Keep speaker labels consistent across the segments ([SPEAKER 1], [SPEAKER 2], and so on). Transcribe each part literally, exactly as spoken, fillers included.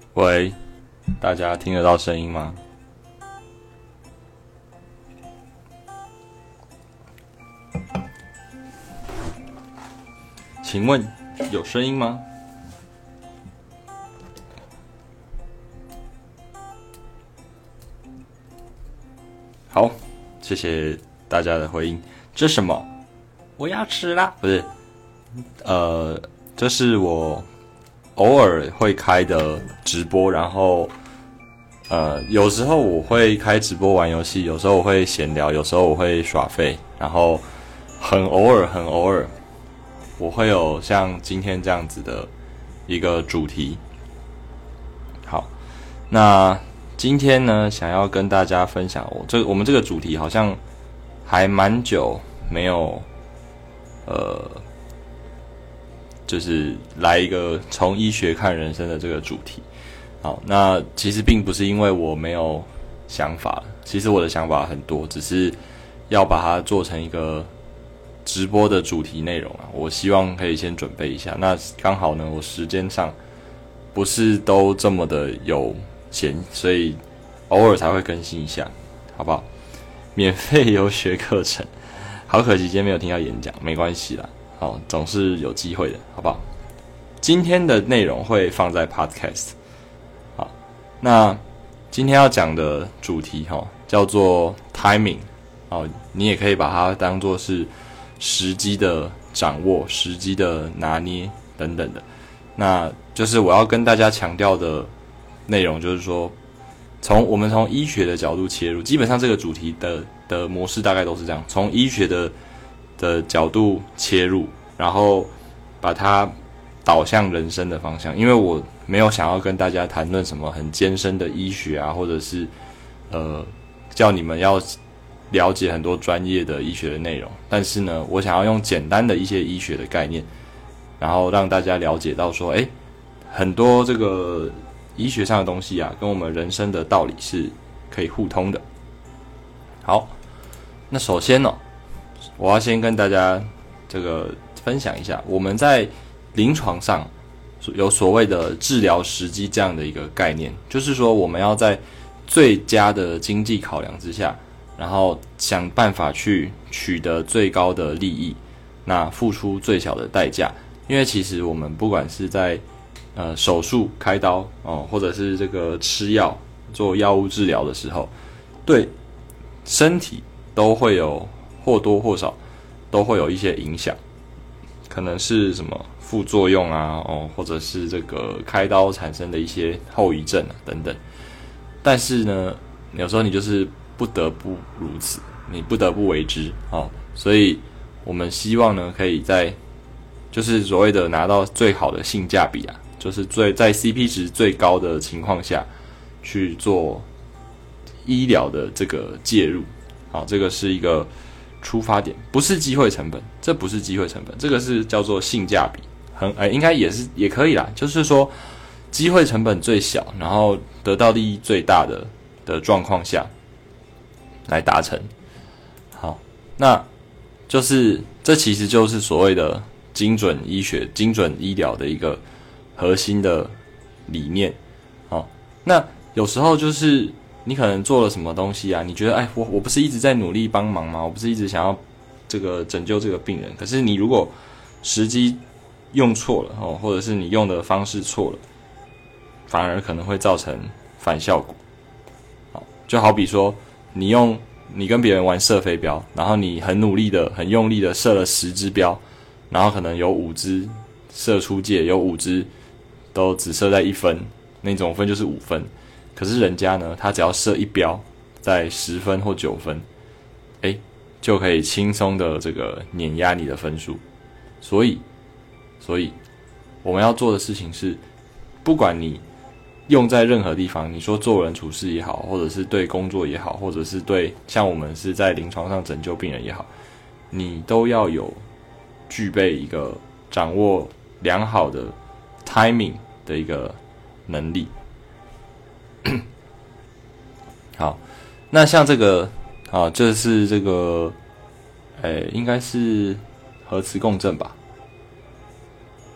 [SPEAKER 1] 喂，大家听得到声音吗？请问有声音吗？好，谢谢大家的回应。这是什么？我要吃啦！不是，呃，这是我偶尔会开的直播，然后呃，有时候我会开直播玩游戏，有时候我会闲聊，有时候我会耍废，然后很偶尔，很偶尔，我会有像今天这样子的一个主题。好，那今天呢，想要跟大家分享，我这我们这个主题好像还蛮久没有，呃，就是来一个从医学看人生的这个主题。好，那其实并不是因为我没有想法，其实我的想法很多，只是要把它做成一个直播的主题内容啊。我希望可以先准备一下，那刚好呢，我时间上不是都这么的有闲，所以偶尔才会更新一下，好不好？免费游学课程，好可惜今天没有听到演讲，没关系啦，好，总是有机会的，好不好？今天的内容会放在 Podcast。好，那今天要讲的主题齁叫做 timing， 好，你也可以把它当作是时机的掌握、时机的拿捏等等的。那就是我要跟大家强调的内容，就是说，从我们从医学的角度切入，基本上这个主题的的模式大概都是这样：从医学的的角度切入，然后把它导向人生的方向。因为我没有想要跟大家谈论什么很艰深的医学啊，或者是呃叫你们要了解很多专业的医学的内容，但是呢，我想要用简单的一些医学的概念，然后让大家了解到说，诶，很多这个医学上的东西啊，跟我们人生的道理是可以互通的。好，那首先呢、哦，我要先跟大家这个分享一下，我们在临床上有所谓的治疗时机这样的一个概念，就是说我们要在最佳的经济考量之下，然后想办法去取得最高的利益，那付出最小的代价。因为其实我们不管是在呃手术开刀哦，或者是这个吃药做药物治疗的时候，对身体都会有或多或少都会有一些影响，可能是什么副作用啊，哦，或者是这个开刀产生的一些后遗症啊等等。但是呢，有时候你就是不得不如此，你不得不为之哦。所以我们希望呢，可以在就是所谓的拿到最好的性价比啊，就是最在 C P 值最高的情况下去做医疗的这个介入。好，这个是一个出发点，不是机会成本，这不是机会成本，这个是叫做性价比，很哎，应该也是也可以啦，就是说机会成本最小，然后得到利益最大的的状况下来达成。好，那就是这其实就是所谓的精准医学、精准医疗的一个核心的理念。好，那有时候就是你可能做了什么东西啊，你觉得哎，我我不是一直在努力帮忙吗？我不是一直想要这个拯救这个病人，可是你如果时机用错了哦，或者是你用的方式错了，反而可能会造成反效果。好，就好比说你用你跟别人玩射飞镖，然后你很努力的、很用力的射了十支标，然后可能有五支射出界，有五支都只射在一分，那总分就是五分。可是人家呢，他只要射一标，在十分或九分，哎，就可以轻松的这个碾压你的分数。所以，所以我们要做的事情是，不管你用在任何地方，你说做人处事也好，或者是对工作也好，或者是对像我们是在临床上拯救病人也好，你都要有具备一个掌握良好的 timing 的一个能力。好，那像这个啊，这是这个，诶，应该是核磁共振吧？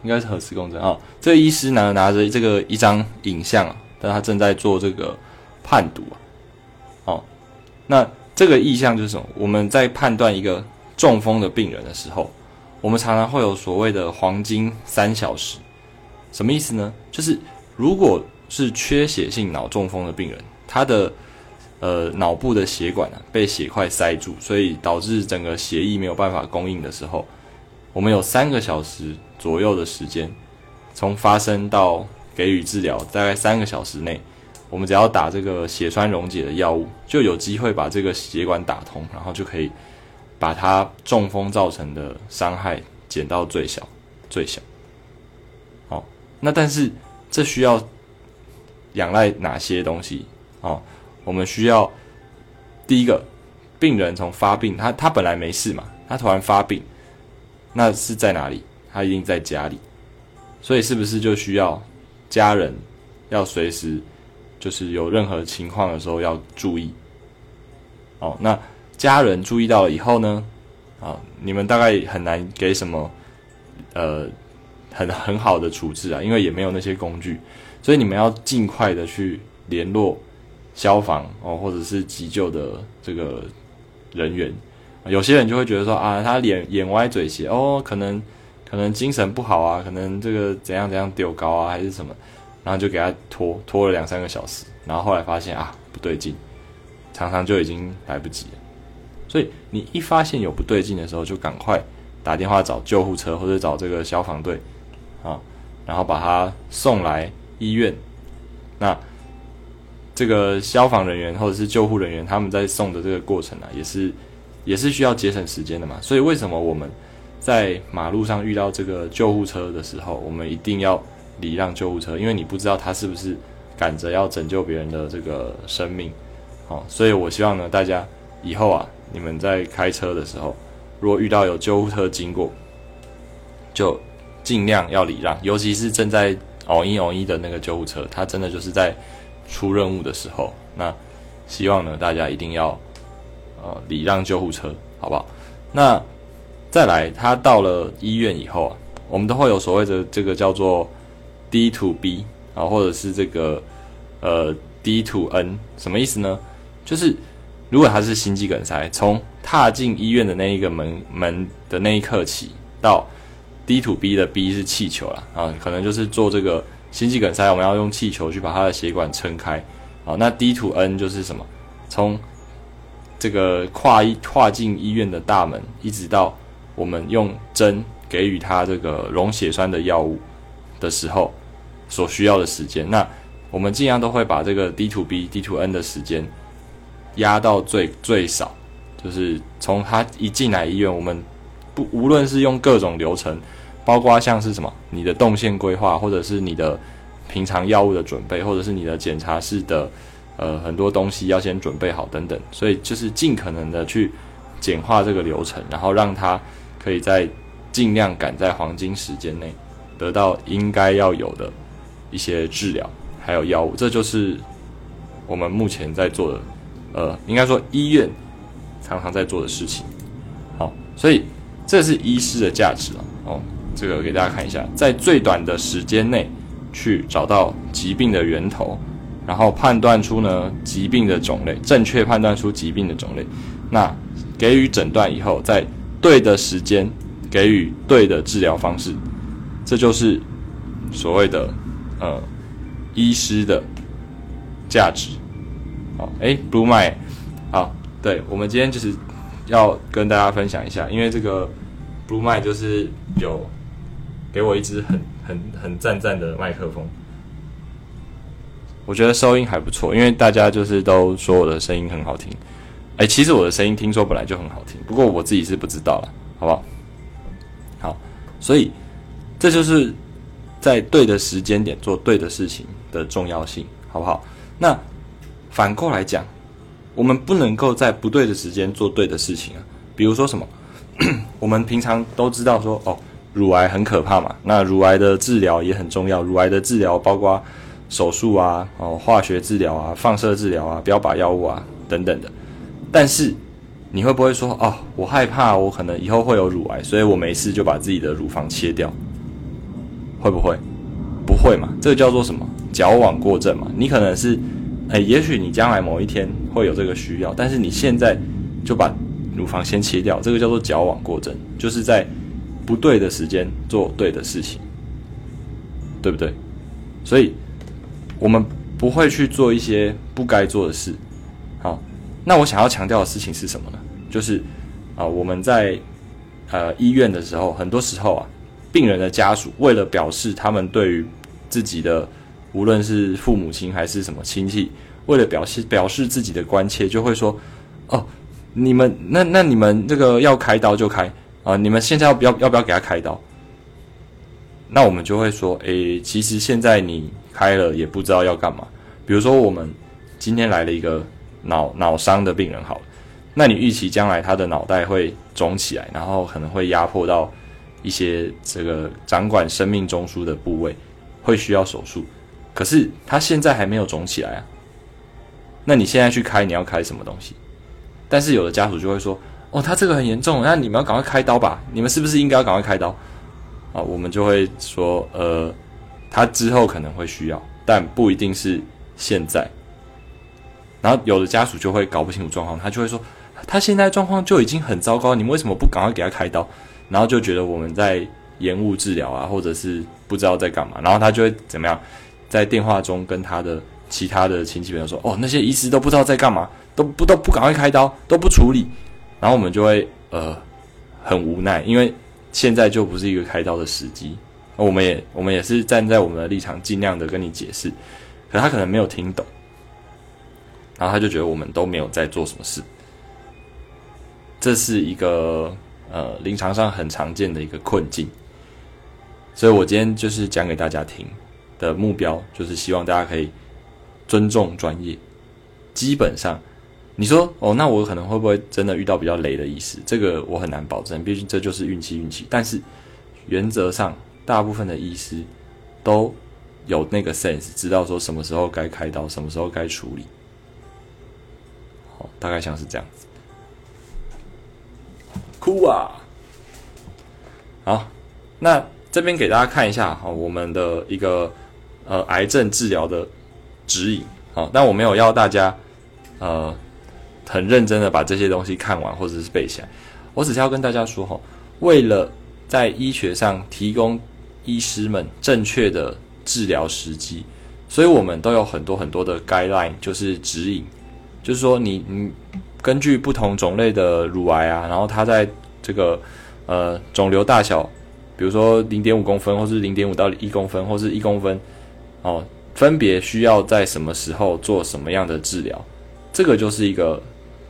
[SPEAKER 1] 应该是核磁共振啊。这个医师呢拿着这个一张影像啊，但他正在做这个判读啊。哦，那这个意象就是什么？我们在判断一个中风的病人的时候，我们常常会有所谓的黄金三小时。什么意思呢？就是如果是缺血性脑中风的病人，他的呃脑部的血管啊被血块塞住，所以导致整个血液没有办法供应的时候，我们有三个小时左右的时间，从发生到给予治疗，大概三个小时内，我们只要打这个血栓溶解的药物，就有机会把这个血管打通，然后就可以把它中风造成的伤害减到最小最小。好，那但是这需要仰赖哪些东西？哦，我们需要第一个，病人从发病，他他本来没事嘛，他突然发病，那是在哪里？他一定在家里，所以是不是就需要家人要随时就是有任何情况的时候要注意？哦，那家人注意到了以后呢？啊，你们大概很难给什么呃很很好的处置啊，因为也没有那些工具，所以你们要尽快的去联络消防哦，或者是急救的这个人员。有些人就会觉得说啊，他脸眼歪嘴斜哦，可能可能精神不好啊，可能这个怎样怎样丢高啊，还是什么，然后就给他拖拖了两三个小时，然后后来发现啊不对劲，常常就已经来不及了。所以你一发现有不对劲的时候，就赶快打电话找救护车或者找这个消防队啊，然后把他送来医院。那这个消防人员或者是救护人员，他们在送的这个过程啊，也是也是需要节省时间的嘛。所以为什么我们在马路上遇到这个救护车的时候，我们一定要礼让救护车，因为你不知道他是不是赶着要拯救别人的这个生命。好，所以我希望呢，大家以后啊，你们在开车的时候，如果遇到有救护车经过，就尽量要礼让，尤其是正在哦一哦一的那个救护车，它真的就是在出任务的时候，那希望呢大家一定要呃礼让救护车，好不好？那再来，他到了医院以后啊，我们都会有所谓的这个叫做 D to B 啊，或者是这个呃 D to N， 什么意思呢？就是如果他是心肌梗塞，从踏进医院的那一个门门的那一刻起，到 D to B 的 B 是气球啦，啊，可能就是做这个心肌梗塞，我们要用气球去把他的血管撑开。好，那 D to N 就是什么？从这个跨一跨进医院的大门，一直到我们用针给予他这个溶血栓的药物的时候所需要的时间。那我们尽量都会把这个 D to B、D to N 的时间压到最最少，就是从他一进来医院，我们不无论是用各种流程，包括像是什么你的动线规划，或者是你的平常药物的准备，或者是你的检查室的呃很多东西要先准备好等等，所以就是尽可能的去简化这个流程，然后让他可以在尽量赶在黄金时间内得到应该要有的一些治疗还有药物，这就是我们目前在做的呃应该说医院常常在做的事情。好，所以这是医师的价值啊。哦，这个给大家看一下，在最短的时间内去找到疾病的源头，然后判断出呢疾病的种类，正确判断出疾病的种类，那给予诊断以后，在对的时间给予对的治疗方式，这就是所谓的呃医师的价值。好，诶 Blue Mind， 好，对，我们今天就是要跟大家分享一下，因为这个 Blue Mind 就是有给我一支很很很赞赞的麦克风，我觉得收音还不错，因为大家就是都说我的声音很好听。哎，其实我的声音听说本来就很好听，不过我自己是不知道啦，好不好？好，所以这就是在对的时间点做对的事情的重要性，好不好？那反过来讲，我们不能够在不对的时间做对的事情啊。比如说什么，我们平常都知道说，哦，乳癌很可怕嘛，那乳癌的治疗也很重要，乳癌的治疗包括手术啊、哦化学治疗啊、放射治疗啊、标靶药物啊等等的。但是你会不会说，哦，我害怕我可能以后会有乳癌，所以我没事就把自己的乳房切掉？ 会不会？不会嘛？这个叫做什么？矫枉过正嘛。你可能是，哎，也许你将来某一天会有这个需要，但是你现在就把乳房先切掉，这个叫做矫枉过正，就是在不对的时间做对的事情，对不对？所以我们不会去做一些不该做的事。好，那我想要强调的事情是什么呢？就是啊、呃，我们在呃医院的时候，很多时候啊，病人的家属为了表示他们对于自己的无论是父母亲还是什么亲戚，为了表示表示自己的关切，就会说：哦，你们那那你们这个要开刀就开啊、呃，你们现在要不要要不要给他开刀？那我们就会说，诶，其实现在你开了也不知道要干嘛。比如说，我们今天来了一个脑脑伤的病人，好了，那你预期将来他的脑袋会肿起来，然后可能会压迫到一些这个掌管生命中枢的部位，会需要手术。可是他现在还没有肿起来啊，那你现在去开，你要开什么东西？但是有的家属就会说，哦，他这个很严重，那你们要赶快开刀吧？你们是不是应该要赶快开刀？啊，我们就会说，呃，他之后可能会需要，但不一定是现在。然后有的家属就会搞不清楚状况，他就会说，他现在状况就已经很糟糕，你们为什么不赶快给他开刀？然后就觉得我们在延误治疗啊，或者是不知道在干嘛。然后他就会怎么样，在电话中跟他的其他的亲戚朋友说，哦，那些医师都不知道在干嘛，都不都不赶快开刀，都不处理。然后我们就会呃很无奈，因为现在就不是一个开刀的时机，我们也我们也是站在我们的立场，尽量的跟你解释，可他可能没有听懂，然后他就觉得我们都没有在做什么事，这是一个呃临床上很常见的一个困境，所以我今天就是讲给大家听的目标，就是希望大家可以尊重专业，基本上。你说哦，那我可能会不会真的遇到比较雷的医师？这个我很难保证，毕竟这就是运气运气。但是原则上，大部分的医师都有那个 sense， 知道说什么时候该开刀，什么时候该处理。好，大概像是这样子。酷啊！好，那这边给大家看一下好我们的一个呃癌症治疗的指引。好，但我没有要大家呃。很认真的把这些东西看完或者是背起来，我只是要跟大家说哈，为了在医学上提供医师们正确的治疗时机，所以我们都有很多很多的 guideline， 就是指引，就是说你你根据不同种类的乳癌啊，然后它在这个呃肿瘤大小，比如说 零点五公分，或是 零点五到一公分，或是一公分，哦，分别需要在什么时候做什么样的治疗，这个就是一个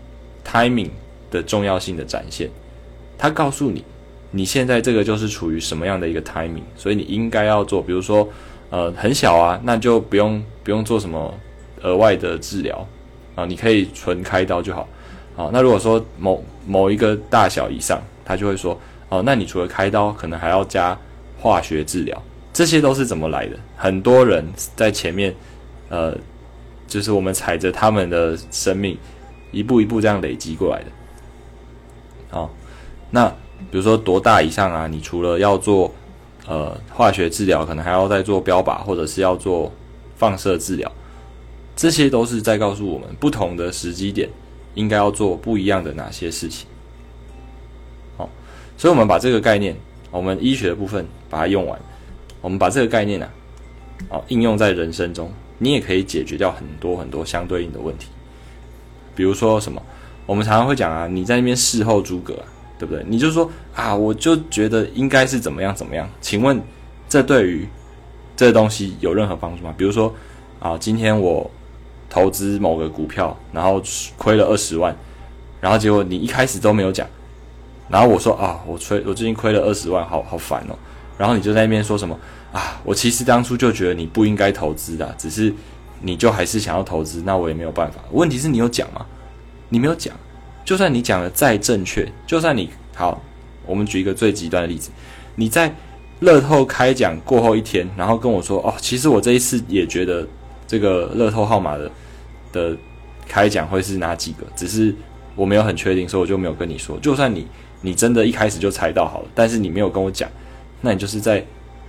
[SPEAKER 1] timing 的重要性的展现，他告诉你，你现在这个就是处于什么样的一个 timing， 所以你应该要做，比如说，呃，很小啊，那就不用不用做什么额外的治疗啊，你可以纯开刀就好。好，那如果说某某一个大小以上，他就会说，哦，那你除了开刀，可能还要加化学治疗，这些都是怎么来的？很多人在前面，呃，就是我们踩着他们的生命。一步一步这样累积过来的，好，那比如说多大以上啊？你除了要做呃化学治疗，可能还要再做标靶，或者是要做放射治疗，这些都是在告诉我们不同的时机点应该要做不一样的哪些事情。好，所以我们把这个概念，我们医学的部分把它用完，我们把这个概念啊，好应用在人生中，你也可以解决掉很多很多相对应的问题。比如说什么，我们常常会讲啊，你在那边事后诸葛啊，对不对？你就说啊，我就觉得应该是怎么样怎么样。请问，这对于这个东西有任何帮助吗？比如说啊，今天我投资某个股票，然后亏了二十万，然后结果你一开始都没有讲，然后我说啊，我亏，我最近亏了二十万，好好烦哦。然后你就在那边说什么啊，我其实当初就觉得你不应该投资的，只是。你就还是想要投资，那我也没有办法。问题是你有讲吗？你没有讲。就算你讲的再正确，就算你好，我们举一个最极端的例子，你在乐透开奖过后一天，然后跟我说，哦，其实我这一次也觉得这个乐透号码的的开奖会是哪几个，只是我没有很确定，所以我就没有跟你说。就算你你真的一开始就猜到好了，但是你没有跟我讲，那你就是在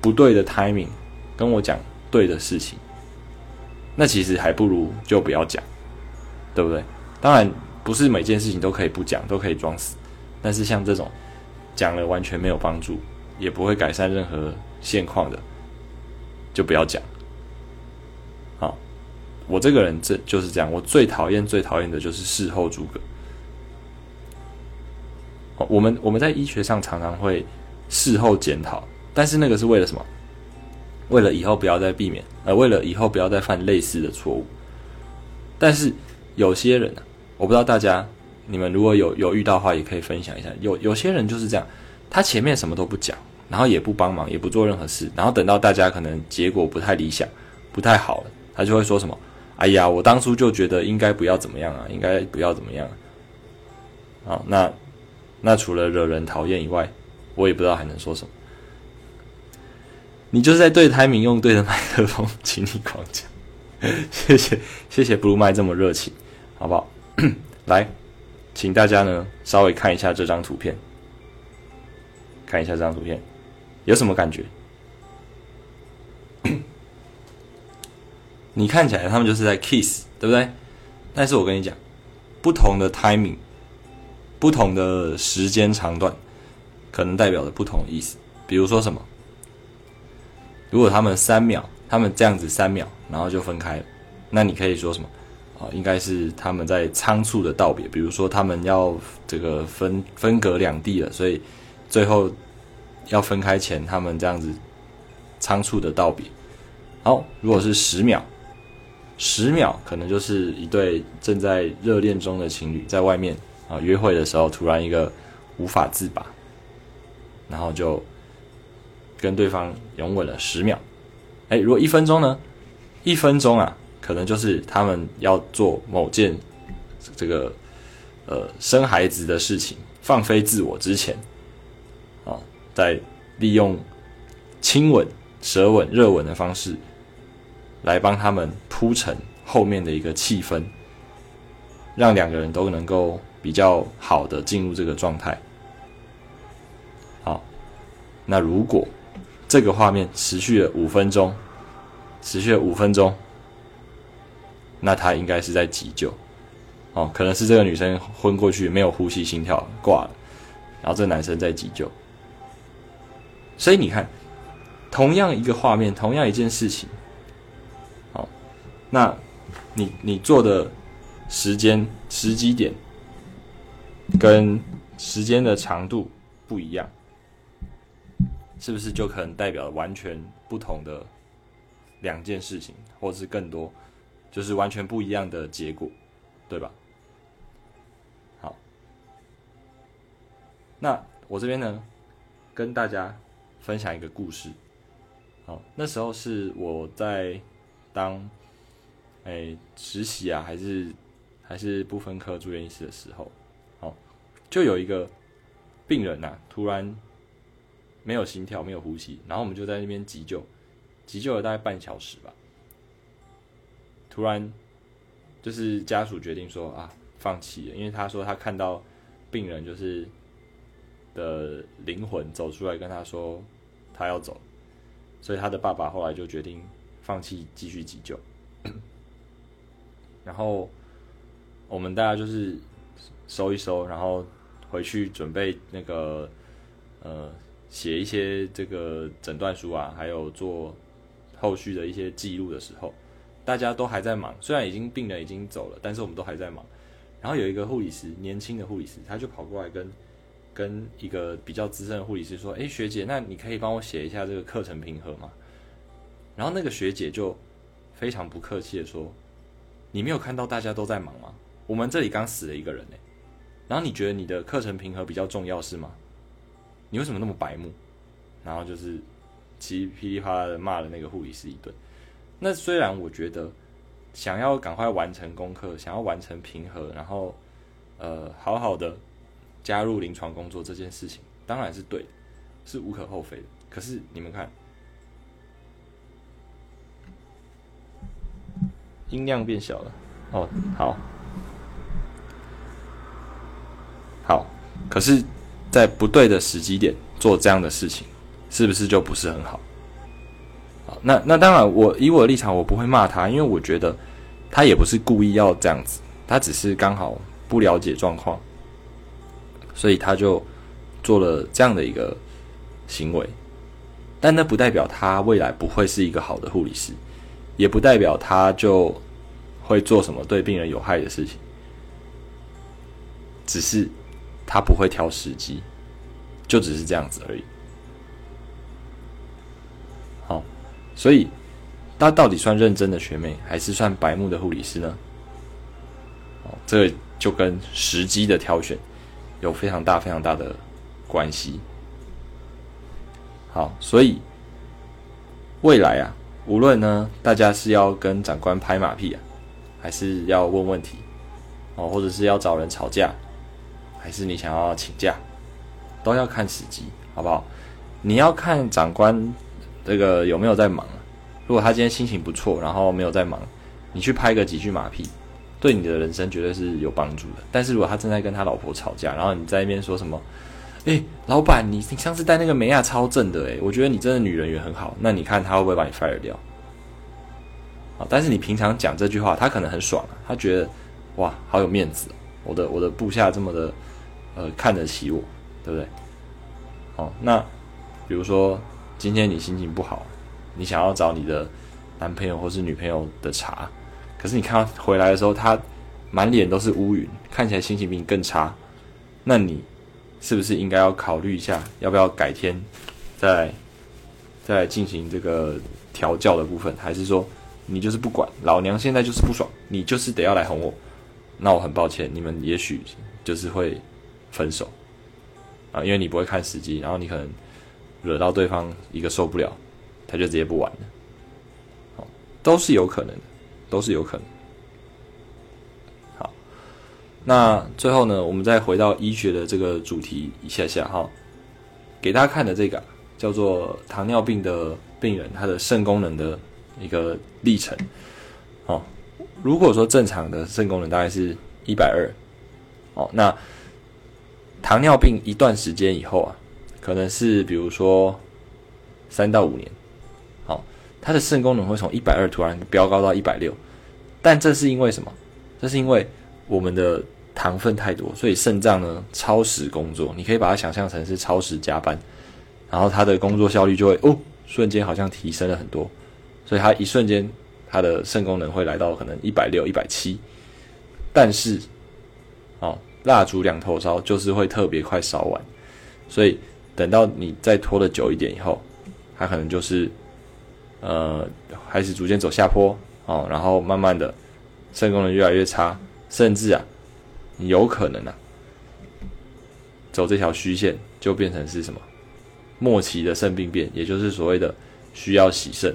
[SPEAKER 1] 不对的 timing 跟我讲对的事情，那其实还不如就不要讲，对不对？当然不是每件事情都可以不讲，都可以装死，但是像这种讲了完全没有帮助，也不会改善任何现况的，就不要讲。好，我这个人这就是这样，我最讨厌最讨厌的就是事后诸葛。我们我们在医学上常常会事后检讨，但是那个是为了什么？为了以后不要再避免，呃，为了以后不要再犯类似的错误。但是有些人啊，我不知道大家你们如果有有遇到的话，也可以分享一下。有有些人就是这样，他前面什么都不讲，然后也不帮忙，也不做任何事，然后等到大家可能结果不太理想、不太好了，他就会说什么：“哎呀，我当初就觉得应该不要怎么样啊，应该不要怎么样啊。”好，那。那除了惹人讨厌以外，我也不知道还能说什么。你就是在对台民用对的麦克风，请你狂讲。谢谢谢谢 Blue 麦这么热情，好不好？来，请大家呢稍微看一下这张图片，看一下这张图片，有什么感觉？你看起来他们就是在 kiss， 对不对？但是我跟你讲，不同的 timing。不同的时间长短，可能代表着不同的意思。比如说什么？如果他们三秒，他们这样子三秒，然后就分开了，那你可以说什么？啊、哦，应该是他们在仓促的道别。比如说他们要这个分分隔两地了，所以最后要分开前，他们这样子仓促的道别。好，如果是十秒，十秒可能就是一对正在热恋中的情侣在外面。啊，约会的时候突然一个无法自拔，然后就跟对方拥吻了十秒。哎，如果一分钟呢？一分钟啊，可能就是他们要做某件这个呃生孩子的事情，放飞自我之前，啊，在利用亲吻、舌吻、热吻的方式来帮他们铺陈后面的一个气氛，让两个人都能够比较好的进入这个状态。好，那如果这个画面持续了五分钟，持续了五分钟，那他应该是在急救。哦，可能是这个女生昏过去，没有呼吸、心跳挂了，然后这个男生在急救。所以你看，同样一个画面，同样一件事情，好，那你你做的时间、时机点跟时间的长度不一样，是不是就可能代表完全不同的两件事情，或是更多，就是完全不一样的结果，对吧？好，那我这边呢，跟大家分享一个故事。好，那时候是我在当诶实习啊，还是还是不分科住院医师的时候，好，就有一个病人啊，突然没有心跳，没有呼吸，然后我们就在那边急救，急救了大概半小时吧。突然就是家属决定说啊，放弃了，因为他说他看到病人就是的灵魂走出来跟他说他要走，所以他的爸爸后来就决定放弃继续急救。然后我们大家就是收一收，然后回去准备那个呃写一些这个诊断书啊，还有做后续的一些记录的时候，大家都还在忙，虽然已经病人已经走了，但是我们都还在忙。然后有一个护理师，年轻的护理师，他就跑过来跟跟一个比较资深的护理师说：“哎，学姐，那你可以帮我写一下这个课程评核吗？”然后那个学姐就非常不客气的说：“你没有看到大家都在忙吗？我们这里刚死了一个人哎，然后你觉得你的课程评核比较重要是吗？你为什么那么白目？”然后就是噼里啪啦的骂了那个护理师一顿。那虽然我觉得想要赶快完成功课，想要完成评核，然后呃好好的加入临床工作这件事情，当然是对的，是无可厚非的。可是你们看，音量变小了哦，好，好，可是，在不对的时机点做这样的事情，是不是就不是很好？ 那那当然我，我以我的立场，我不会骂他，因为我觉得他也不是故意要这样子，他只是刚好不了解状况，所以他就做了这样的一个行为。但那不代表他未来不会是一个好的护理师，也不代表他就会做什么对病人有害的事情，只是他不会挑时机，就只是这样子而已。好，所以他到底算认真的学妹，还是算白目的护理师呢？哦，这个就跟时机的挑选有非常大非常大的关系。好，所以未来啊，无论呢大家是要跟长官拍马屁啊，还是要问问题哦，或者是要找人吵架，还是你想要请假，都要看时机，好不好？你要看长官这个有没有在忙啊。如果他今天心情不错，然后没有在忙，你去拍个几句马屁，对你的人生绝对是有帮助的。但是如果他正在跟他老婆吵架，然后你在那边说什么，哎、欸，老板，你你上次带那个美亚超正的、欸，哎，我觉得你真的女人缘很好。那你看他会不会把你 fire 掉？啊，但是你平常讲这句话，他可能很爽啊，他觉得哇，好有面子，我的我的部下这么的呃看得起我，对不对？好，那比如说今天你心情不好，你想要找你的男朋友或是女朋友的茬，可是你看他回来的时候，他满脸都是乌云，看起来心情比你更差，那你是不是应该要考虑一下，要不要改天再再来进行这个调教的部分？还是说你就是不管，老娘现在就是不爽，你就是得要来哄我？那我很抱歉，你们也许就是会分手啊，因为你不会看时机，然后你可能惹到对方一个受不了，他就直接不玩了。好，都是有可能的，都是有可能。好，那最后呢，我们再回到医学的这个主题一下下哈，给大家看的这个叫做糖尿病的病人他的肾功能的一个历程。哦，如果说正常的肾功能大概是一百二十，哦，那糖尿病一段时间以后啊，可能是比如说三到五年，好、哦，它的肾功能会从一百二十突然飙高到一百六十，但这是因为什么？这是因为我们的糖分太多，所以肾脏呢超时工作，你可以把它想象成是超时加班，然后它的工作效率就会哦瞬间好像提升了很多，所以它一瞬间它的肾功能会来到可能一百六十、一百七十，但是哦蜡烛两头烧就是会特别快烧完，所以等到你再拖得久一点以后，它可能就是呃开始逐渐走下坡哦，然后慢慢的肾功能越来越差，甚至啊你有可能啊走这条虚线就变成是什么末期的肾病变，也就是所谓的需要洗肾。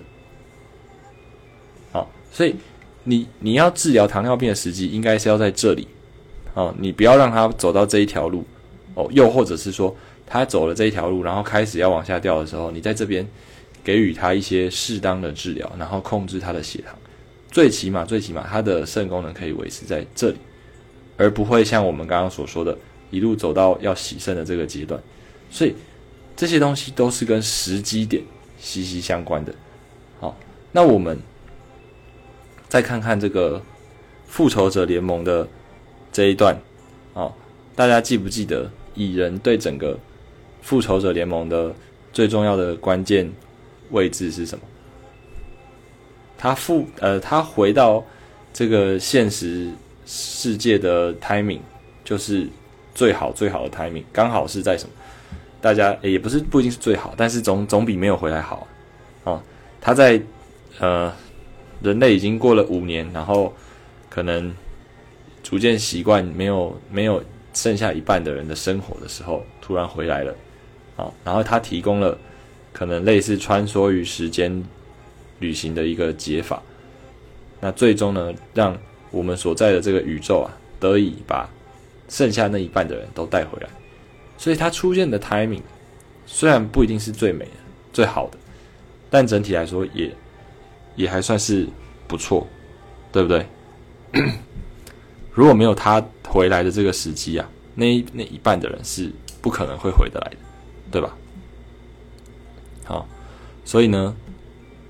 [SPEAKER 1] 好，所以你你要治疗糖尿病的时机应该是要在这里哦，你不要让他走到这一条路哦，又或者是说他走了这一条路，然后开始要往下掉的时候，你在这边给予他一些适当的治疗，然后控制他的血糖，最起码最起码他的肾功能可以维持在这里，而不会像我们刚刚所说的一路走到要洗肾的这个阶段。所以这些东西都是跟时机点息息相关的。好，那我们再看看这个复仇者联盟的这一段哦，大家记不记得蚁人对整个复仇者联盟的最重要的关键位置是什么？他复呃，他回到这个现实世界的 timing 就是最好最好的 timing， 刚好是在什么？大家、欸、也不是不一定是最好，但是总总比没有回来好哦。他在呃人类已经过了五年，然后可能逐渐习惯没有没有剩下一半的人的生活的时候，突然回来了，好，然后他提供了可能类似穿梭于时间旅行的一个解法，那最终呢，让我们所在的这个宇宙啊，得以把剩下那一半的人都带回来。所以他出现的 timing 虽然不一定是最美的、最好的，但整体来说也也还算是不错，对不对？如果没有他回来的这个时机啊，那一那一半的人是不可能会回得来的，对吧？好，所以呢，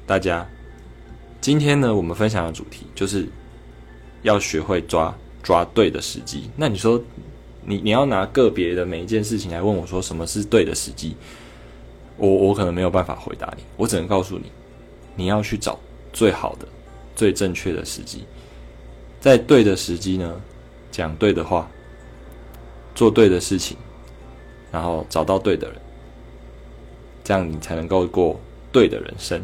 [SPEAKER 1] 大家，今天呢，我们分享的主题就是要学会抓抓对的时机。那你说，你你要拿个别的每一件事情来问我说什么是对的时机，我我可能没有办法回答你，我只能告诉你，你要去找最好的、最正确的时机，在对的时机呢，讲对的话，做对的事情，然后找到对的人，这样你才能够过对的人生。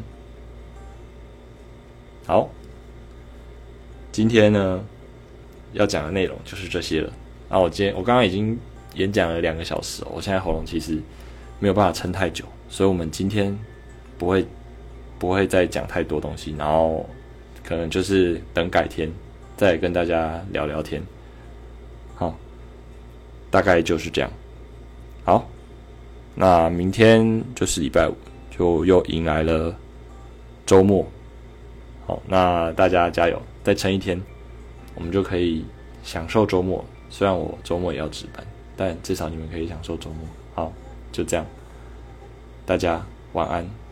[SPEAKER 1] 好，今天呢要讲的内容就是这些了。啊，我今天我刚刚已经演讲了两个小时哦，我现在喉咙其实没有办法撑太久，所以我们今天不会不会再讲太多东西，然后可能就是等改天再跟大家聊聊天。好，大概就是这样。好，那明天就是礼拜五，就又迎来了周末。好，那大家加油，再撑一天，我们就可以享受周末。虽然我周末也要值班，但至少你们可以享受周末。好，就这样，大家晚安。